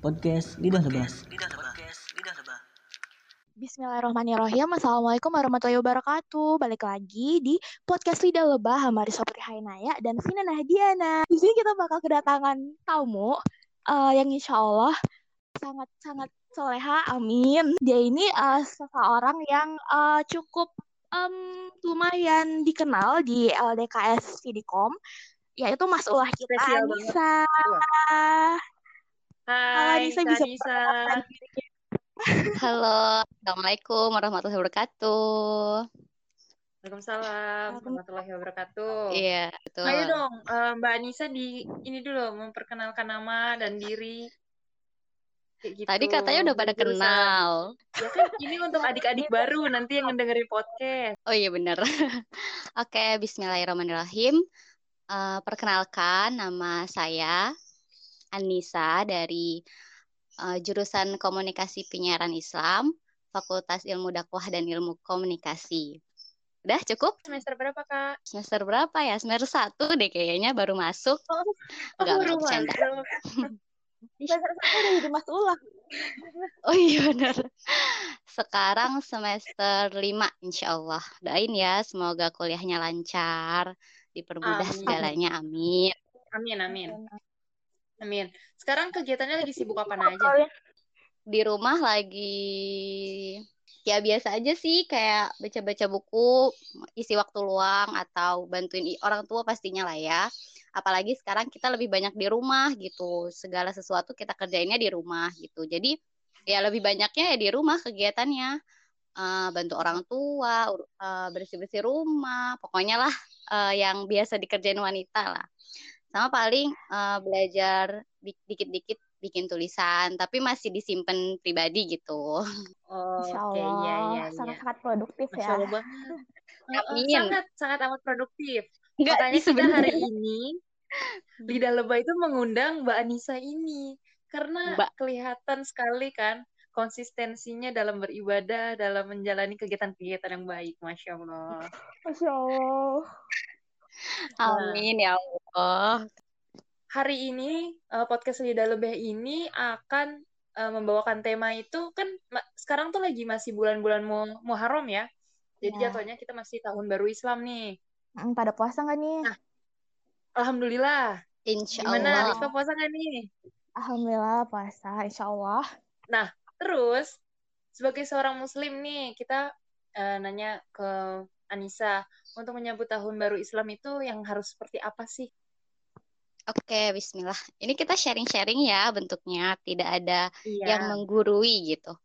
Podcast Lidah Lebah. Bismillahirrahmanirrahim. Assalamualaikum warahmatullahi wabarakatuh. Balik lagi di podcast Lidah Lebah sama Rizal Putri Hainaya dan Vina Nahdiana. Di sini kita bakal kedatangan tamu yang insya Allah sangat-sangat soleha, amin. Dia ini seseorang yang cukup lumayan dikenal di LDKS Vidicom, yaitu Mas Ulah kita, Spesial Anissa. Halo Hai, Anissa, Kak bisa Anissa. perkenalkan diri? Halo, Assalamualaikum warahmatullahi wabarakatuh. Waalaikumsalam warahmatullahi wabarakatuh. Iya, betul. Ayo dong, Mbak Anissa ini dulu memperkenalkan nama dan diri. Kayak gitu. Tadi katanya udah pada Jurusan. kenal. Ya kan ini untuk adik-adik baru nanti yang ngedengerin podcast. Oh iya benar. Oke, bismillahirrahmanirrahim. Perkenalkan, nama saya Anissa dari jurusan Komunikasi Penyiaran Islam, Fakultas Ilmu Dakwah dan Ilmu Komunikasi. Udah cukup? Semester berapa, Kak? Semester berapa ya? Semester 1 deh kayaknya baru masuk. Enggak baru bercanda. masuk. Semester 1 udah jadi Mas Ulah. Oh iya benar. Sekarang semester 5 insya Allah. Doain ya, semoga kuliahnya lancar, dipermudah Amin. segalanya, amin. Amin. Sekarang kegiatannya lagi sibuk apa aja? Di rumah lagi ya biasa aja sih, kayak baca-baca buku, isi waktu luang, atau bantuin orang tua pastinya lah ya. Apalagi sekarang kita lebih banyak di rumah gitu, segala sesuatu kita kerjainnya di rumah gitu. Jadi ya lebih banyaknya ya di rumah kegiatannya. Bantu orang tua, bersih-bersih rumah, pokoknya lah yang biasa dikerjain wanita lah. Sama paling belajar dikit-dikit bikin tulisan, tapi masih disimpan pribadi gitu. Insya Oke, Allah, iya. sangat-sangat produktif Masya ya. Allah banget. Amin. Sangat amat produktif. Enggak, Makanya kita sebenarnya. hari ini Lidah Lebah itu mengundang Mbak Anissa ini karena kelihatan sekali kan konsistensinya dalam beribadah, dalam menjalani kegiatan-kegiatan yang baik, Masya Allah. Masya Allah. Amin ya Allah. Hari ini podcast Lidah Lebah ini akan membawakan tema itu kan sekarang tuh lagi masih bulan-bulan Muharram ya. Jadi Ya. jatuhnya kita masih tahun baru Islam nih. Pada puasa nggak nih? Nah, alhamdulillah. Insya Gimana, Allah. Rizka puasa nggak nih? Alhamdulillah puasa, insya Allah. Nah, terus sebagai seorang Muslim nih, kita nanya ke Anissa, untuk menyambut tahun baru Islam itu yang harus seperti apa sih? Oke, bismillah. Ini kita sharing-sharing ya bentuknya, tidak ada Iya. yang menggurui gitu.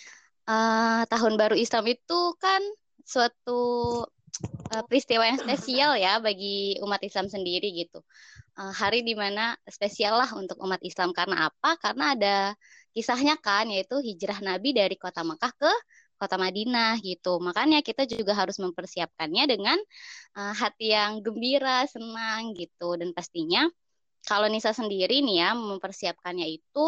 Tahun baru Islam itu kan suatu peristiwa yang spesial ya bagi umat Islam sendiri gitu. Hari dimana spesial lah untuk umat Islam, karena apa? Karena ada kisahnya kan, yaitu hijrah Nabi dari kota Mekah ke kota Madinah gitu. Makanya kita juga harus mempersiapkannya dengan hati yang gembira, senang gitu. Dan pastinya kalau Nisa sendiri nih ya mempersiapkannya itu,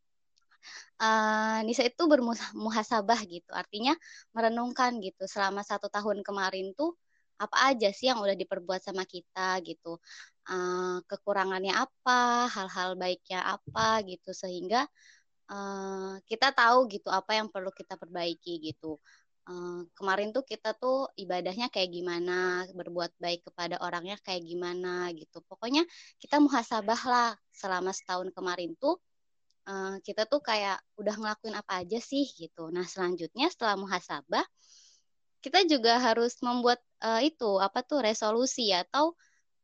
Nisa itu bermuhasabah gitu. Artinya merenungkan gitu selama 1 tahun kemarin tuh apa aja sih yang udah diperbuat sama kita gitu. Kekurangannya apa, hal-hal baiknya apa gitu, sehingga kita tahu gitu apa yang perlu kita perbaiki gitu. Kemarin tuh kita tuh ibadahnya kayak gimana, berbuat baik kepada orangnya kayak gimana gitu. Pokoknya kita muhasabah lah selama setahun kemarin tuh kita tuh kayak udah ngelakuin apa aja sih gitu. Nah selanjutnya setelah muhasabah kita juga harus membuat resolusi atau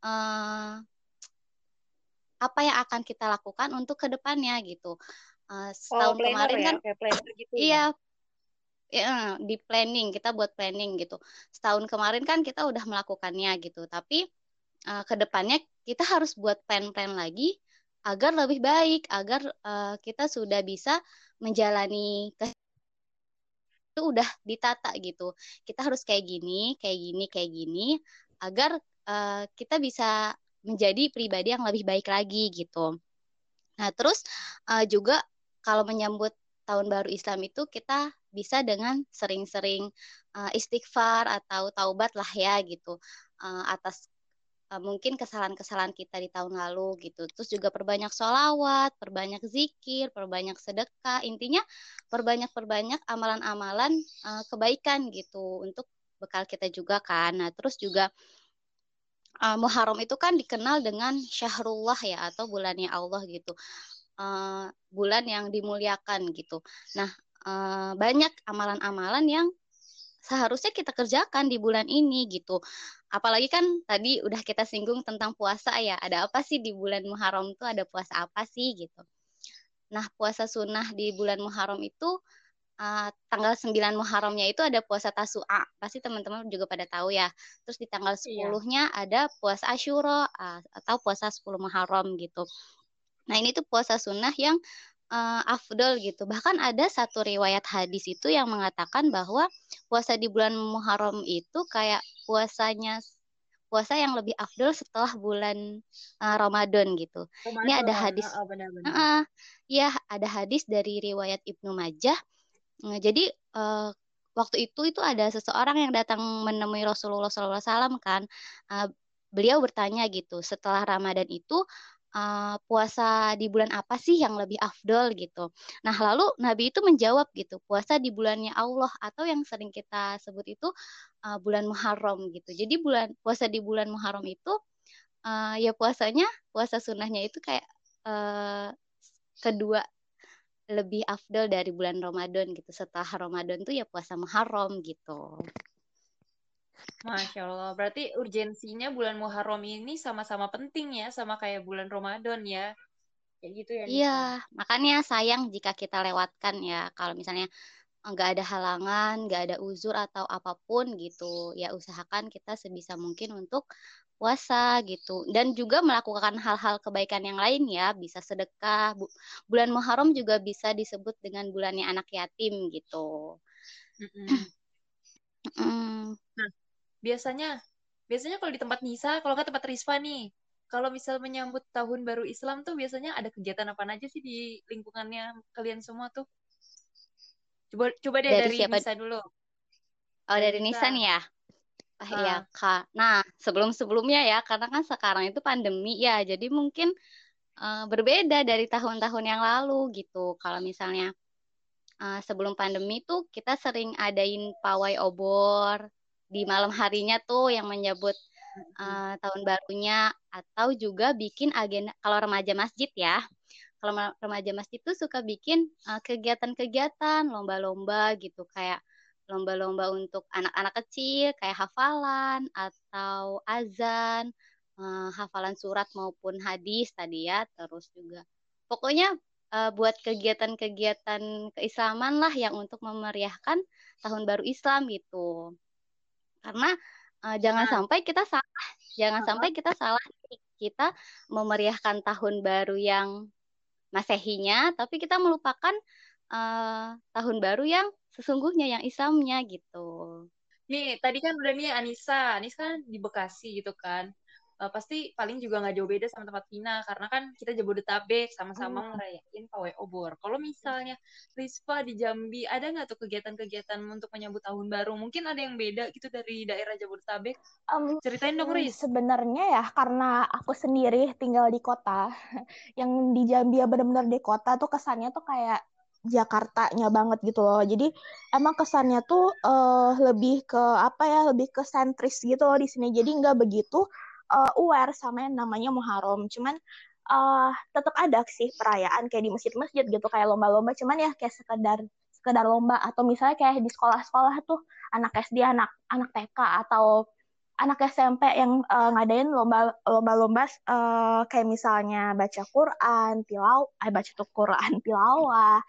apa yang akan kita lakukan untuk kedepannya gitu. Setahun kemarin kan kayak planner gitu iya. Ya, di planning, kita buat planning gitu. Setahun kemarin kan kita udah melakukannya gitu, tapi ke depannya kita harus buat plan-plan lagi agar lebih baik, agar kita sudah bisa menjalani itu udah ditata gitu. Kita harus kayak gini, agar kita bisa menjadi pribadi yang lebih baik lagi gitu. Nah, terus juga kalau menyambut tahun baru Islam itu kita bisa dengan sering-sering istighfar atau taubat lah ya gitu, atas mungkin kesalahan-kesalahan kita di tahun lalu gitu. Terus juga perbanyak sholawat, perbanyak zikir, perbanyak sedekah. Intinya perbanyak amalan-amalan kebaikan gitu untuk bekal kita juga kan. Nah, terus juga Muharram itu kan dikenal dengan Syahrullah ya, atau bulannya Allah gitu. Bulan yang dimuliakan gitu. Nah, banyak amalan-amalan yang seharusnya kita kerjakan di bulan ini gitu. Apalagi kan tadi udah kita singgung tentang puasa ya. Ada apa sih di bulan Muharram itu, ada puasa apa sih gitu. Nah, puasa sunnah di bulan Muharram itu tanggal 9 Muharramnya itu ada puasa Tasu'a. Pasti teman-teman juga pada tahu ya. Terus di tanggal 10-nya ada puasa Asyura atau puasa 10 Muharram gitu. Nah, ini tuh puasa sunnah yang afdol gitu. Bahkan ada satu riwayat hadis itu yang mengatakan bahwa puasa di bulan Muharram itu kayak puasa yang lebih afdol setelah bulan Ramadan gitu. Ini ada hadis. Ya, ada hadis dari riwayat Ibnu Majah. Jadi waktu itu ada seseorang yang datang menemui Rasulullah SAW kan. Beliau bertanya gitu, setelah Ramadan itu puasa di bulan apa sih yang lebih afdol gitu. Nah, lalu Nabi itu menjawab gitu, puasa di bulannya Allah, atau yang sering kita sebut itu bulan Muharram gitu. Jadi puasa di bulan Muharram itu ya puasa sunnahnya itu kayak kedua lebih afdol dari bulan Ramadan gitu. Setelah Ramadan tuh ya puasa Muharram gitu. Masya Allah, berarti urgensinya bulan Muharram ini sama-sama penting ya, sama kayak bulan Ramadan ya. Kayak gitu ya, Nisa? Iya, makanya sayang jika kita lewatkan ya. Kalau misalnya nggak ada halangan, nggak ada uzur atau apapun gitu, ya usahakan kita sebisa mungkin untuk puasa gitu. Dan juga melakukan hal-hal kebaikan yang lain ya, bisa sedekah. Bulan Muharram juga bisa disebut dengan bulannya anak yatim gitu. Nah, biasanya kalau di tempat Nisa, kalau nggak tempat Risfa nih, kalau misal menyambut tahun baru Islam tuh biasanya ada kegiatan apa aja sih di lingkungannya kalian semua tuh? Coba deh dari Nisa dulu. Dari Nisa nih ya. Ya, Kak. Nah, sebelumnya ya, karena kan sekarang itu pandemi ya, jadi mungkin berbeda dari tahun-tahun yang lalu gitu. Kalau misalnya sebelum pandemi tuh kita sering adain pawai obor di malam harinya tuh yang menyebut tahun barunya, atau juga bikin agenda kalau remaja masjid ya. Kalau remaja masjid tuh suka bikin kegiatan-kegiatan, lomba-lomba gitu, kayak lomba-lomba untuk anak-anak kecil kayak hafalan atau azan, hafalan surat maupun hadis tadi ya, terus juga pokoknya buat kegiatan-kegiatan keislaman lah yang untuk memeriahkan tahun baru Islam gitu. Karena jangan sampai kita salah kita memeriahkan tahun baru yang Masehinya, tapi kita melupakan tahun baru yang sesungguhnya, yang Islamnya gitu. Nih, tadi kan udah nih Anissa kan di Bekasi gitu kan. Pasti paling juga nggak jauh beda sama tempat Vina, karena kan kita Jabodetabek sama-sama ngerayain pawai obor. Kalau misalnya Rispa di Jambi, ada nggak tuh kegiatan-kegiatan untuk menyambut tahun baru? Mungkin ada yang beda gitu dari daerah Jabodetabek? Ceritain dong, Riz. Sebenarnya ya, karena aku sendiri tinggal di kota, yang di Jambi ya benar-benar di kota tuh kesannya tuh kayak Jakartanya banget gitu loh. Jadi emang kesannya tuh lebih ke apa ya, lebih ke sentris gitu loh di sini. Jadi nggak begitu aware sama yang namanya Muharram. Cuman tetap ada sih perayaan kayak di masjid-masjid gitu, kayak lomba-lomba. Cuman ya kayak sekedar lomba, atau misalnya kayak di sekolah-sekolah tuh anak SD, anak TK atau anak SMP yang ngadain lomba-lomba kayak misalnya baca Quran, tilawah,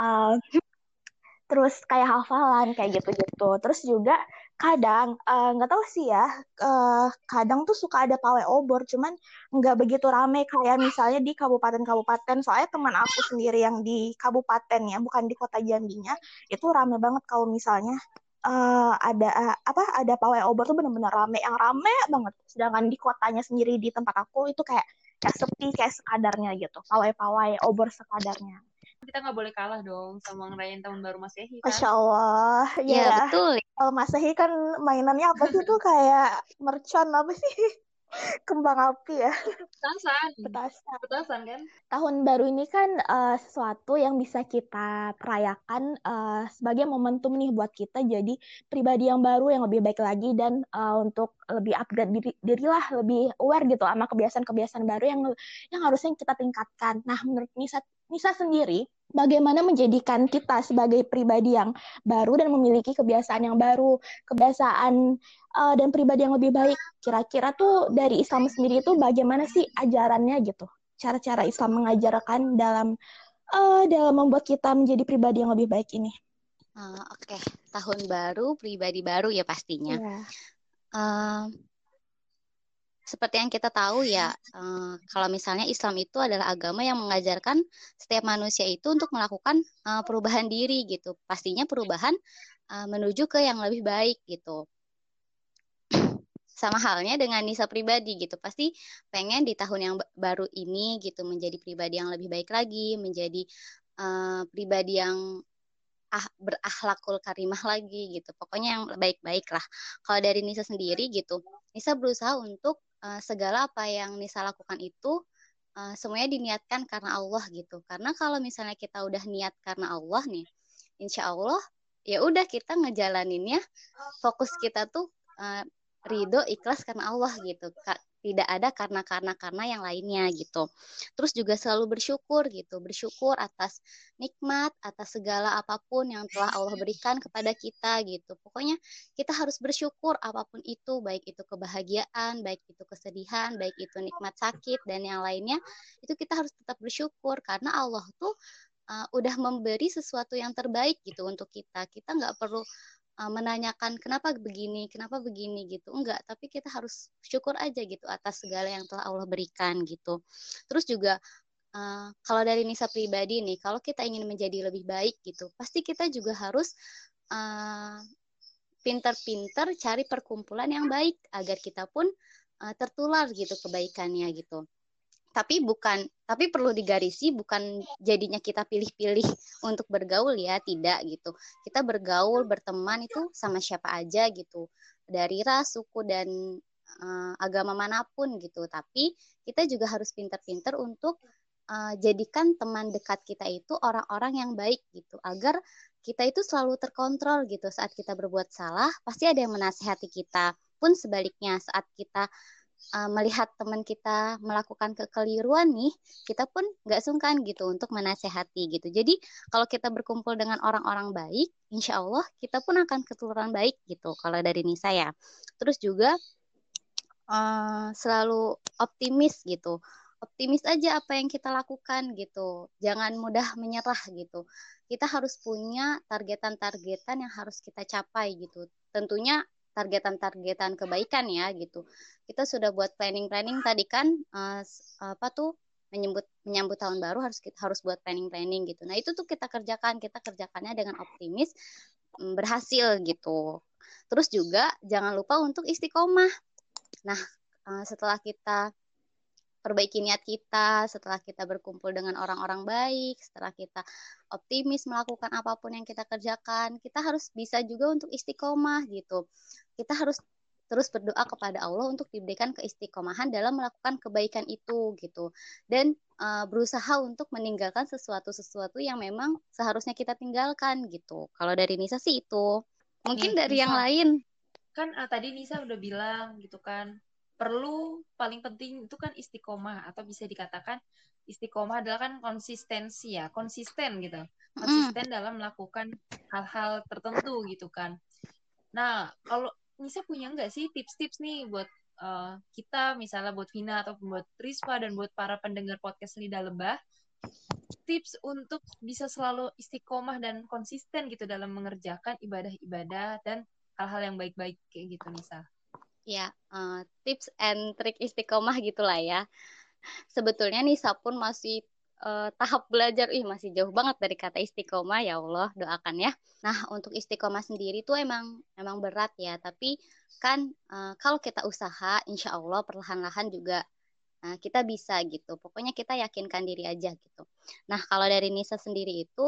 terus kayak hafalan kayak gitu-gitu. Terus juga kadang nggak tahu sih ya, kadang tuh suka ada pawai obor, cuman nggak begitu rame kayak misalnya di kabupaten-kabupaten. Soalnya teman aku sendiri yang di kabupatennya, bukan di kota Jambinya, itu rame banget kalau misalnya ada pawai obor tuh bener-bener rame, yang rame banget. Sedangkan di kotanya sendiri di tempat aku itu kayak sepi, kayak sekadarnya gitu, pawai obor sekadarnya. Kita nggak boleh kalah dong sama ngerayain tahun baru Masehi kan? Masya Allah, ya betul. Kalau Masehi kan mainannya apa sih tuh, kayak mercon apa sih? Kembang api ya. Petasan. Petasan kan? Tahun baru ini kan sesuatu yang bisa kita perayakan sebagai momentum nih buat kita jadi pribadi yang baru yang lebih baik lagi dan untuk lebih upgrade diri lah, lebih aware gitu sama kebiasaan-kebiasaan baru yang harusnya kita tingkatkan. Nah, menurut Nisa sendiri, bagaimana menjadikan kita sebagai pribadi yang baru dan memiliki kebiasaan yang baru, kebiasaan dan pribadi yang lebih baik. Kira-kira tuh dari Islam sendiri itu bagaimana sih ajarannya gitu? Cara-cara Islam mengajarkan dalam membuat kita menjadi pribadi yang lebih baik ini. Oke. Tahun baru, pribadi baru ya pastinya. Seperti yang kita tahu ya, kalau misalnya Islam itu adalah agama yang mengajarkan setiap manusia itu untuk melakukan perubahan diri gitu. Pastinya perubahan menuju ke yang lebih baik gitu. Sama halnya dengan Nisa pribadi gitu, pasti pengen di tahun yang baru ini gitu menjadi pribadi yang lebih baik lagi, menjadi pribadi yang berakhlakul karimah lagi gitu, pokoknya yang baik-baik lah. Kalau dari Nisa sendiri gitu, Nisa berusaha untuk segala apa yang Nisa lakukan itu semuanya diniatkan karena Allah gitu, karena kalau misalnya kita udah niat karena Allah nih, insya Allah ya udah kita ngejalaninnya, fokus kita tuh ridho ikhlas karena Allah gitu, tidak ada karena yang lainnya gitu. Terus juga selalu bersyukur atas nikmat, atas segala apapun yang telah Allah berikan kepada kita gitu. Pokoknya kita harus bersyukur apapun itu, baik itu kebahagiaan, baik itu kesedihan, baik itu nikmat sakit dan yang lainnya, itu kita harus tetap bersyukur karena Allah tuh udah memberi sesuatu yang terbaik gitu untuk kita. Kita nggak perlu menanyakan kenapa begini gitu, enggak, tapi kita harus syukur aja gitu atas segala yang telah Allah berikan gitu. Terus juga kalau dari Nisa pribadi nih, kalau kita ingin menjadi lebih baik gitu, pasti kita juga harus pinter-pinter cari perkumpulan yang baik agar kita pun tertular gitu kebaikannya gitu. Tapi perlu digarisi, bukan jadinya kita pilih-pilih untuk bergaul ya, tidak gitu. Kita bergaul, berteman itu sama siapa aja gitu, dari ras, suku dan agama manapun gitu. Tapi kita juga harus pintar-pintar untuk jadikan teman dekat kita itu orang-orang yang baik gitu, agar kita itu selalu terkontrol gitu. Saat kita berbuat salah, pasti ada yang menasihati kita. Pun sebaliknya, saat kita melihat teman kita melakukan kekeliruan nih, kita pun nggak sungkan gitu untuk menasehati gitu. Jadi kalau kita berkumpul dengan orang-orang baik, insya Allah kita pun akan ketularan baik gitu. Kalau dari Nisa ya. Terus juga selalu optimis gitu. Optimis aja apa yang kita lakukan gitu. Jangan mudah menyerah gitu. Kita harus punya targetan-targetan yang harus kita capai gitu. Tentunya targetan-targetan kebaikan ya gitu. Kita sudah buat planning-planning tadi kan menyambut tahun baru harus buat planning gitu. Nah, itu tuh kita kerjakannya dengan optimis, berhasil gitu. Terus juga jangan lupa untuk istiqomah. Nah, setelah kita perbaiki niat kita, setelah kita berkumpul dengan orang-orang baik, setelah kita optimis melakukan apapun yang kita kerjakan, kita harus bisa juga untuk istiqomah gitu. Kita harus terus berdoa kepada Allah untuk diberikan keistiqomahan dalam melakukan kebaikan itu gitu. Dan berusaha untuk meninggalkan sesuatu yang memang seharusnya kita tinggalkan gitu. Kalau dari Nisa sih itu. Mungkin dari Nisa, yang lain. Kan tadi Nisa udah bilang gitu kan, paling penting itu kan istiqomah, atau bisa dikatakan istiqomah adalah kan konsistensi ya, konsisten gitu, konsisten dalam melakukan hal-hal tertentu gitu kan. Nah, kalau Nisa punya nggak sih tips-tips nih buat kita, misalnya buat Vina atau buat Rispa dan buat para pendengar podcast Lidah Lebah, tips untuk bisa selalu istiqomah dan konsisten gitu dalam mengerjakan ibadah-ibadah dan hal-hal yang baik-baik kayak gitu, Nisa? Ya, tips and trik istiqomah gitulah ya. Sebetulnya Nisa pun masih tahap belajar, masih jauh banget dari kata istiqomah, ya Allah, doakan ya. Nah, untuk istiqomah sendiri tuh emang berat ya, tapi kan kalau kita usaha, insya Allah perlahan-lahan juga kita bisa gitu. Pokoknya kita yakinkan diri aja gitu. Nah, kalau dari Nisa sendiri itu,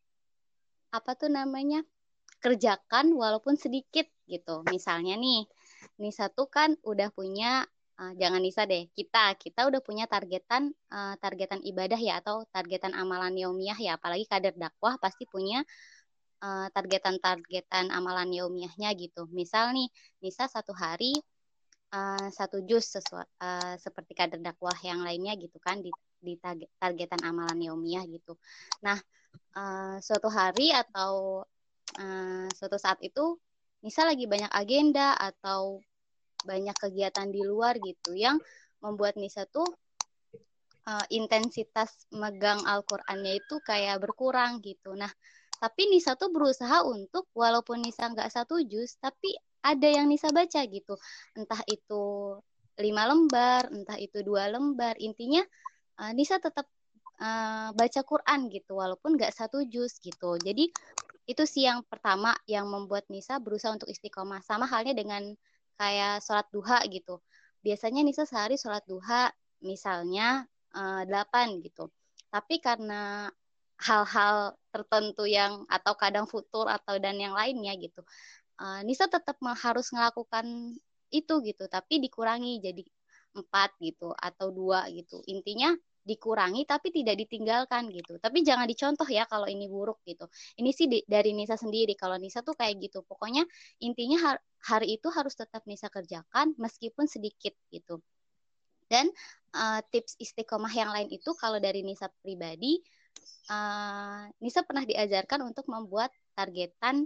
apa tuh namanya, kerjakan walaupun sedikit gitu. Misalnya nih, Nisa tuh kan udah punya, jangan Nisa deh, kita udah punya targetan ibadah ya, atau targetan amalan yaumiyah ya, apalagi kader dakwah pasti punya targetan amalan yaumiyahnya gitu. Misal nih, Nisa satu hari 1 juz seperti kader dakwah yang lainnya gitu kan, di targetan amalan yaumiyah gitu. Nah, suatu hari atau suatu saat itu Nisa lagi banyak agenda atau banyak kegiatan di luar gitu yang membuat Nisa tuh intensitas megang Al-Qur'annya itu kayak berkurang gitu. Nah, tapi Nisa tuh berusaha untuk walaupun Nisa nggak 1 juz, tapi ada yang Nisa baca gitu. Entah itu 5 lembar, entah itu 2 lembar. Intinya Nisa tetap baca Quran gitu, walaupun nggak 1 juz gitu. Jadi itu sih yang pertama yang membuat Nisa berusaha untuk istiqomah. Sama halnya dengan kayak sholat duha gitu. Biasanya Nisa sehari sholat duha misalnya 8 gitu. Tapi karena hal-hal tertentu yang atau kadang futur atau dan yang lainnya gitu, Nisa tetap harus melakukan itu gitu, tapi dikurangi jadi 4 gitu atau 2 gitu. Intinya dikurangi tapi tidak ditinggalkan gitu. Tapi jangan dicontoh ya kalau ini buruk gitu. Ini sih dari Nisa sendiri. Kalau Nisa tuh kayak gitu. Pokoknya intinya hari itu harus tetap Nisa kerjakan meskipun sedikit gitu. Dan tips istiqomah yang lain itu kalau dari Nisa pribadi, Nisa pernah diajarkan untuk membuat targetan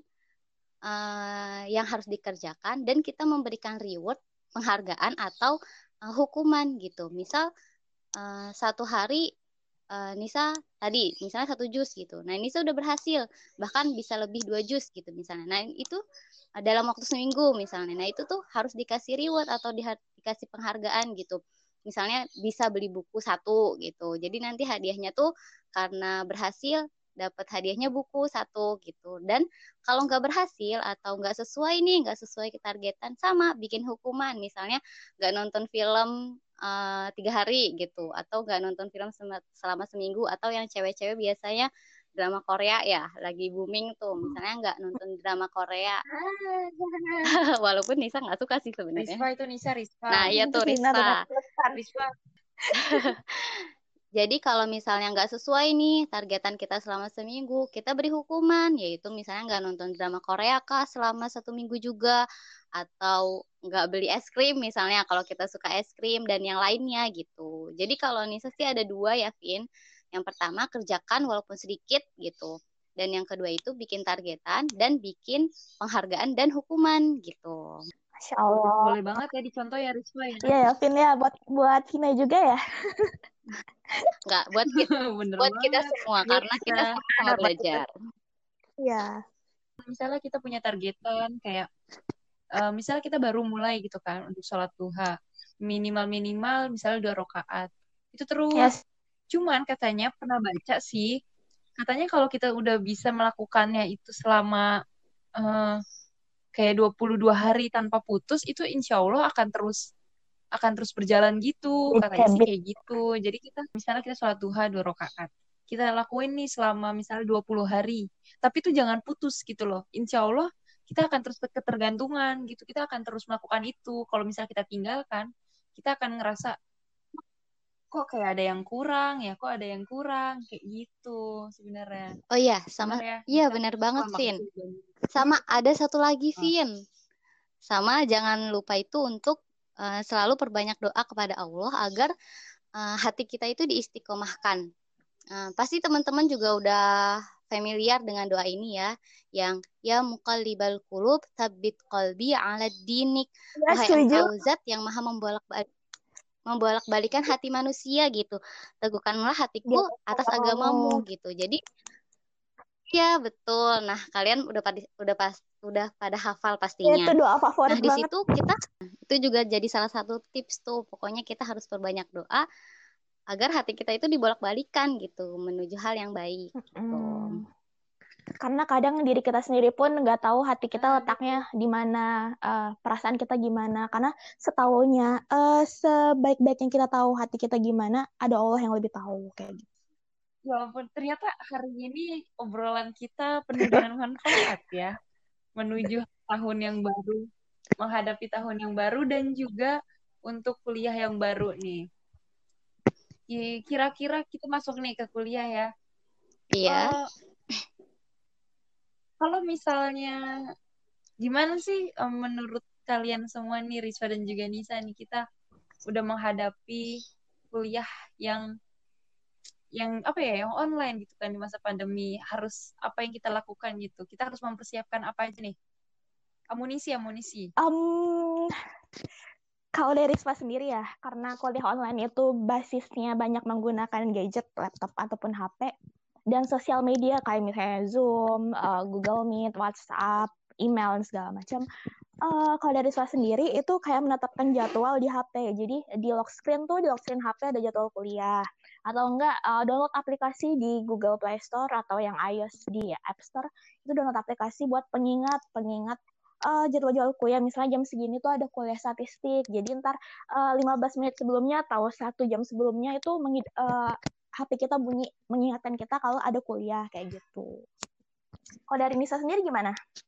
yang harus dikerjakan dan kita memberikan reward, penghargaan atau hukuman gitu. Misal satu hari Nisa tadi misalnya 1 juz gitu. Nah, Nisa udah berhasil bahkan bisa lebih 2 juz gitu misalnya. Nah, itu dalam waktu seminggu misalnya. Nah, itu tuh harus dikasih reward atau dikasih penghargaan gitu. Misalnya bisa beli buku 1 gitu. Jadi nanti hadiahnya tuh karena berhasil dapat hadiahnya buku 1 gitu. Dan kalau nggak berhasil atau nggak sesuai ketargetan, sama bikin hukuman. Misalnya nggak nonton film 3 hari gitu, atau nggak nonton film selama seminggu, atau yang cewek-cewek biasanya drama Korea ya lagi booming tuh, misalnya nggak nonton drama Korea. Walaupun Nisa nggak suka sih sebenarnya. Rispa itu Rispa. Nah iya tuh Rispa. Jadi kalau misalnya nggak sesuai nih targetan kita selama seminggu, kita beri hukuman, yaitu misalnya nggak nonton drama Korea kah selama 1 minggu juga, atau nggak beli es krim misalnya kalau kita suka es krim dan yang lainnya gitu. Jadi kalau Nisa sih ada 2 ya, Vin. Yang pertama kerjakan walaupun sedikit gitu. Dan yang kedua itu bikin targetan dan bikin penghargaan dan hukuman gitu. Masya Allah. Boleh banget ya dicontoh ya Risma ya. Iya ya, Vin ya, buat Vina juga ya. Enggak, buat kita semua, karena kita sama belajar. Iya. Misalnya kita punya targetan kayak misalnya kita baru mulai gitu kan untuk sholat duha, minimal misalnya 2 rakaat itu terus. Yes. Cuman katanya pernah baca sih, katanya kalau kita udah bisa melakukannya itu selama kayak 22 hari tanpa putus, itu insya Allah akan terus berjalan gitu, katanya sih kayak gitu. Jadi kita misalnya kita sholat duha 2 rakaat, kita lakuin nih selama misalnya 20 hari, tapi itu jangan putus gitu loh. Insya Allah kita akan terus ketergantungan gitu, kita akan terus melakukan itu. Kalau misalnya kita tinggalkan, kita akan ngerasa kok kayak ada yang kurang ya, kayak gitu sebenarnya. Oh iya, sama ya? Iya benar banget, Vin. Sama ada satu lagi, Vin. Sama jangan lupa itu untuk selalu perbanyak doa kepada Allah agar hati kita itu diistiqomahkan. Pasti teman-teman juga udah familiar dengan doa ini ya, yang ya muqallibal qulub tsabbit qalbi 'ala dinik. Wahai Engkau zat yang maha membolak-balikan hati manusia gitu, teguhkanlah hatiku atas agamamu gitu. Jadi ya betul. Nah kalian udah pada hafal pastinya. Itu doa favorit di situ kita itu juga jadi salah satu tips tuh. Pokoknya kita harus perbanyak doa agar hati kita itu dibolak-balikan gitu menuju hal yang baik. Gitu. Karena kadang diri kita sendiri pun nggak tahu hati kita letaknya di mana, perasaan kita gimana. Karena setahunya sebaik-baiknya kita tahu hati kita gimana, ada Allah yang lebih tahu kayak gitu. Ya ampun, ternyata hari ini obrolan kita penuh dengan manfaat ya, menuju tahun yang baru. menghadapi tahun yang baru dan juga untuk kuliah yang baru nih. Kira-kira kita masuk nih ke kuliah ya. Iya. Kalau misalnya gimana sih menurut kalian semua nih, Rizwa dan juga Nisa nih, kita udah menghadapi kuliah yang apa ya, yang online gitu kan di masa pandemi. Harus apa yang kita lakukan gitu. Kita harus mempersiapkan apa aja nih? Amunisi. Kalau dari Risma sendiri ya, karena kuliah online itu basisnya banyak menggunakan gadget, laptop ataupun HP, dan sosial media kayak misalnya Zoom, Google Meet, WhatsApp, email, dan segala macam. Kalau dari Risma sendiri itu kayak menetapkan jadwal di HP. Jadi di lock screen HP ada jadwal kuliah. Atau enggak download aplikasi di Google Play Store atau yang iOS di App Store. Itu download aplikasi buat pengingat jadwal-jadwal kuliah. Misalnya jam segini tuh ada kuliah statistik. Jadi ntar 15 menit sebelumnya atau 1 jam sebelumnya itu HP kita bunyi mengingatkan kita kalau ada kuliah kayak gitu. Kalau dari Nisa sendiri gimana?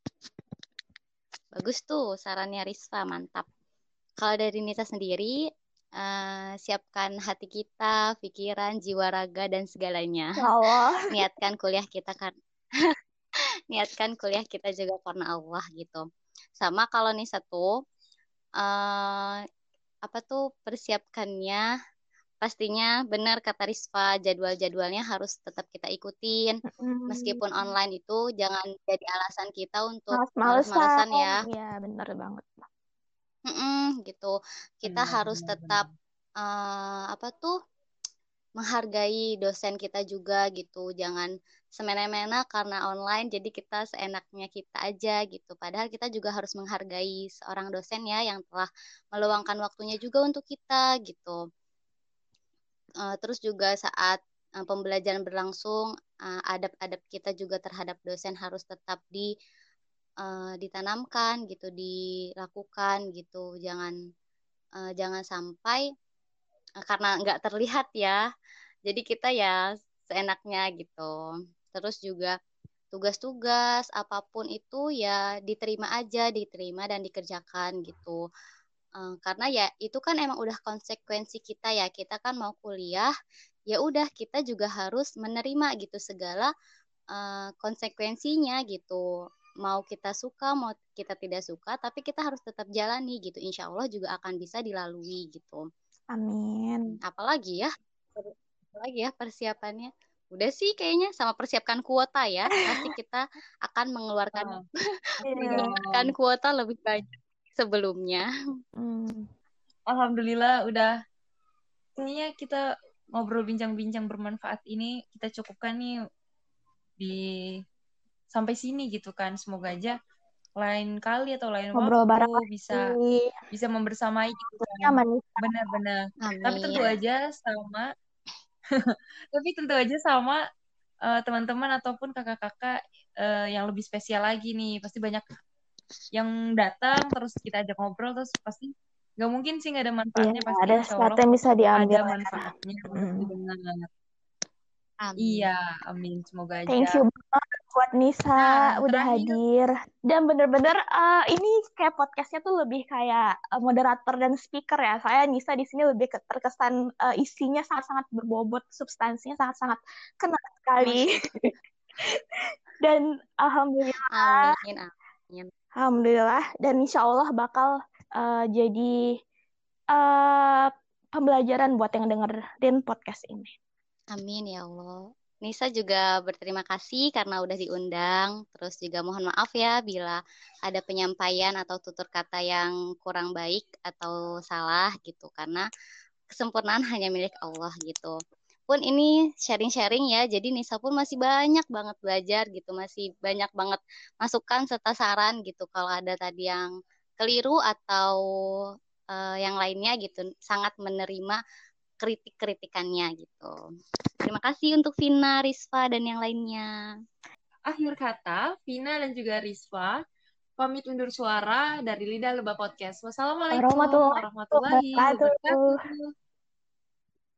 Bagus tuh sarannya Risva, mantap. Kalau dari Nisa sendiri, siapkan hati kita, pikiran, jiwa raga, dan segalanya. Allah. Niatkan kuliah kita niatkan kuliah kita juga karena Allah gitu. Sama kalau Nisa tuh, persiapkannya pastinya benar kata Risva, jadwal-jadwalnya harus tetap kita ikutin. Meskipun online itu jangan jadi alasan kita untuk males-malesan ya. Iya, benar banget. Gitu. Kita harus tetap menghargai dosen kita juga gitu. Jangan semena-mena karena online jadi kita seenaknya kita aja gitu. Padahal kita juga harus menghargai seorang dosen ya yang telah meluangkan waktunya juga untuk kita gitu. Terus juga saat pembelajaran berlangsung, adab-adab kita juga terhadap dosen harus tetap ditanamkan gitu, dilakukan gitu. Jangan sampai karena nggak terlihat ya, jadi kita ya seenaknya gitu. Terus juga tugas-tugas apapun itu ya diterima dan dikerjakan gitu. Karena ya itu kan emang udah konsekuensi kita ya, kita kan mau kuliah, ya udah kita juga harus menerima gitu segala konsekuensinya gitu. Mau kita suka, mau kita tidak suka, tapi kita harus tetap jalani gitu. Insya Allah juga akan bisa dilalui gitu. Amin. Apalagi ya persiapannya. Udah sih kayaknya, sama persiapkan kuota ya. Pasti kita akan mengeluarkan kuota lebih banyak sebelumnya. Alhamdulillah udah, kayaknya kita ngobrol bincang-bincang bermanfaat ini kita cukupkan nih sampai sini gitu kan. Semoga aja lain kali atau lain ngobrol waktu bisa membersamai gitu kan. Benar-benar. Tapi tentu aja sama teman-teman ataupun kakak-kakak yang lebih spesial lagi nih. Pasti banyak yang datang terus kita ajak ngobrol terus pasti nggak mungkin sih nggak ada manfaatnya. Pasti ada sesuatu yang bisa diambil. Ada manfaatnya untuk didengar. Iya, amin. Semoga aja. Thank you banget buat Nisa udah hadir. Dan bener-bener ini kayak podcastnya tuh lebih kayak moderator dan speaker ya. Saya Nisa di sini lebih terkesan isinya sangat-sangat berbobot, substansinya sangat-sangat kena sekali. Dan alhamdulillah. Amin. Alhamdulillah. Dan insya Allah bakal jadi pembelajaran buat yang dengerin podcast ini. Amin ya Allah. Nisa juga berterima kasih karena udah diundang. Terus juga mohon maaf ya bila ada penyampaian atau tutur kata yang kurang baik atau salah gitu. Karena kesempurnaan hanya milik Allah gitu. Pun ini sharing-sharing ya. Jadi Nisa pun masih banyak banget belajar gitu. Masih banyak banget masukan serta saran gitu. Kalau ada tadi yang keliru atau yang lainnya gitu. Sangat menerima kritik-kritikannya gitu. Terima kasih untuk Vina, Risva, dan yang lainnya. Akhir kata, Vina dan juga Risva pamit undur suara dari Lidah Lebah Podcast. Wassalamualaikum warahmatullahi wabarakatuh.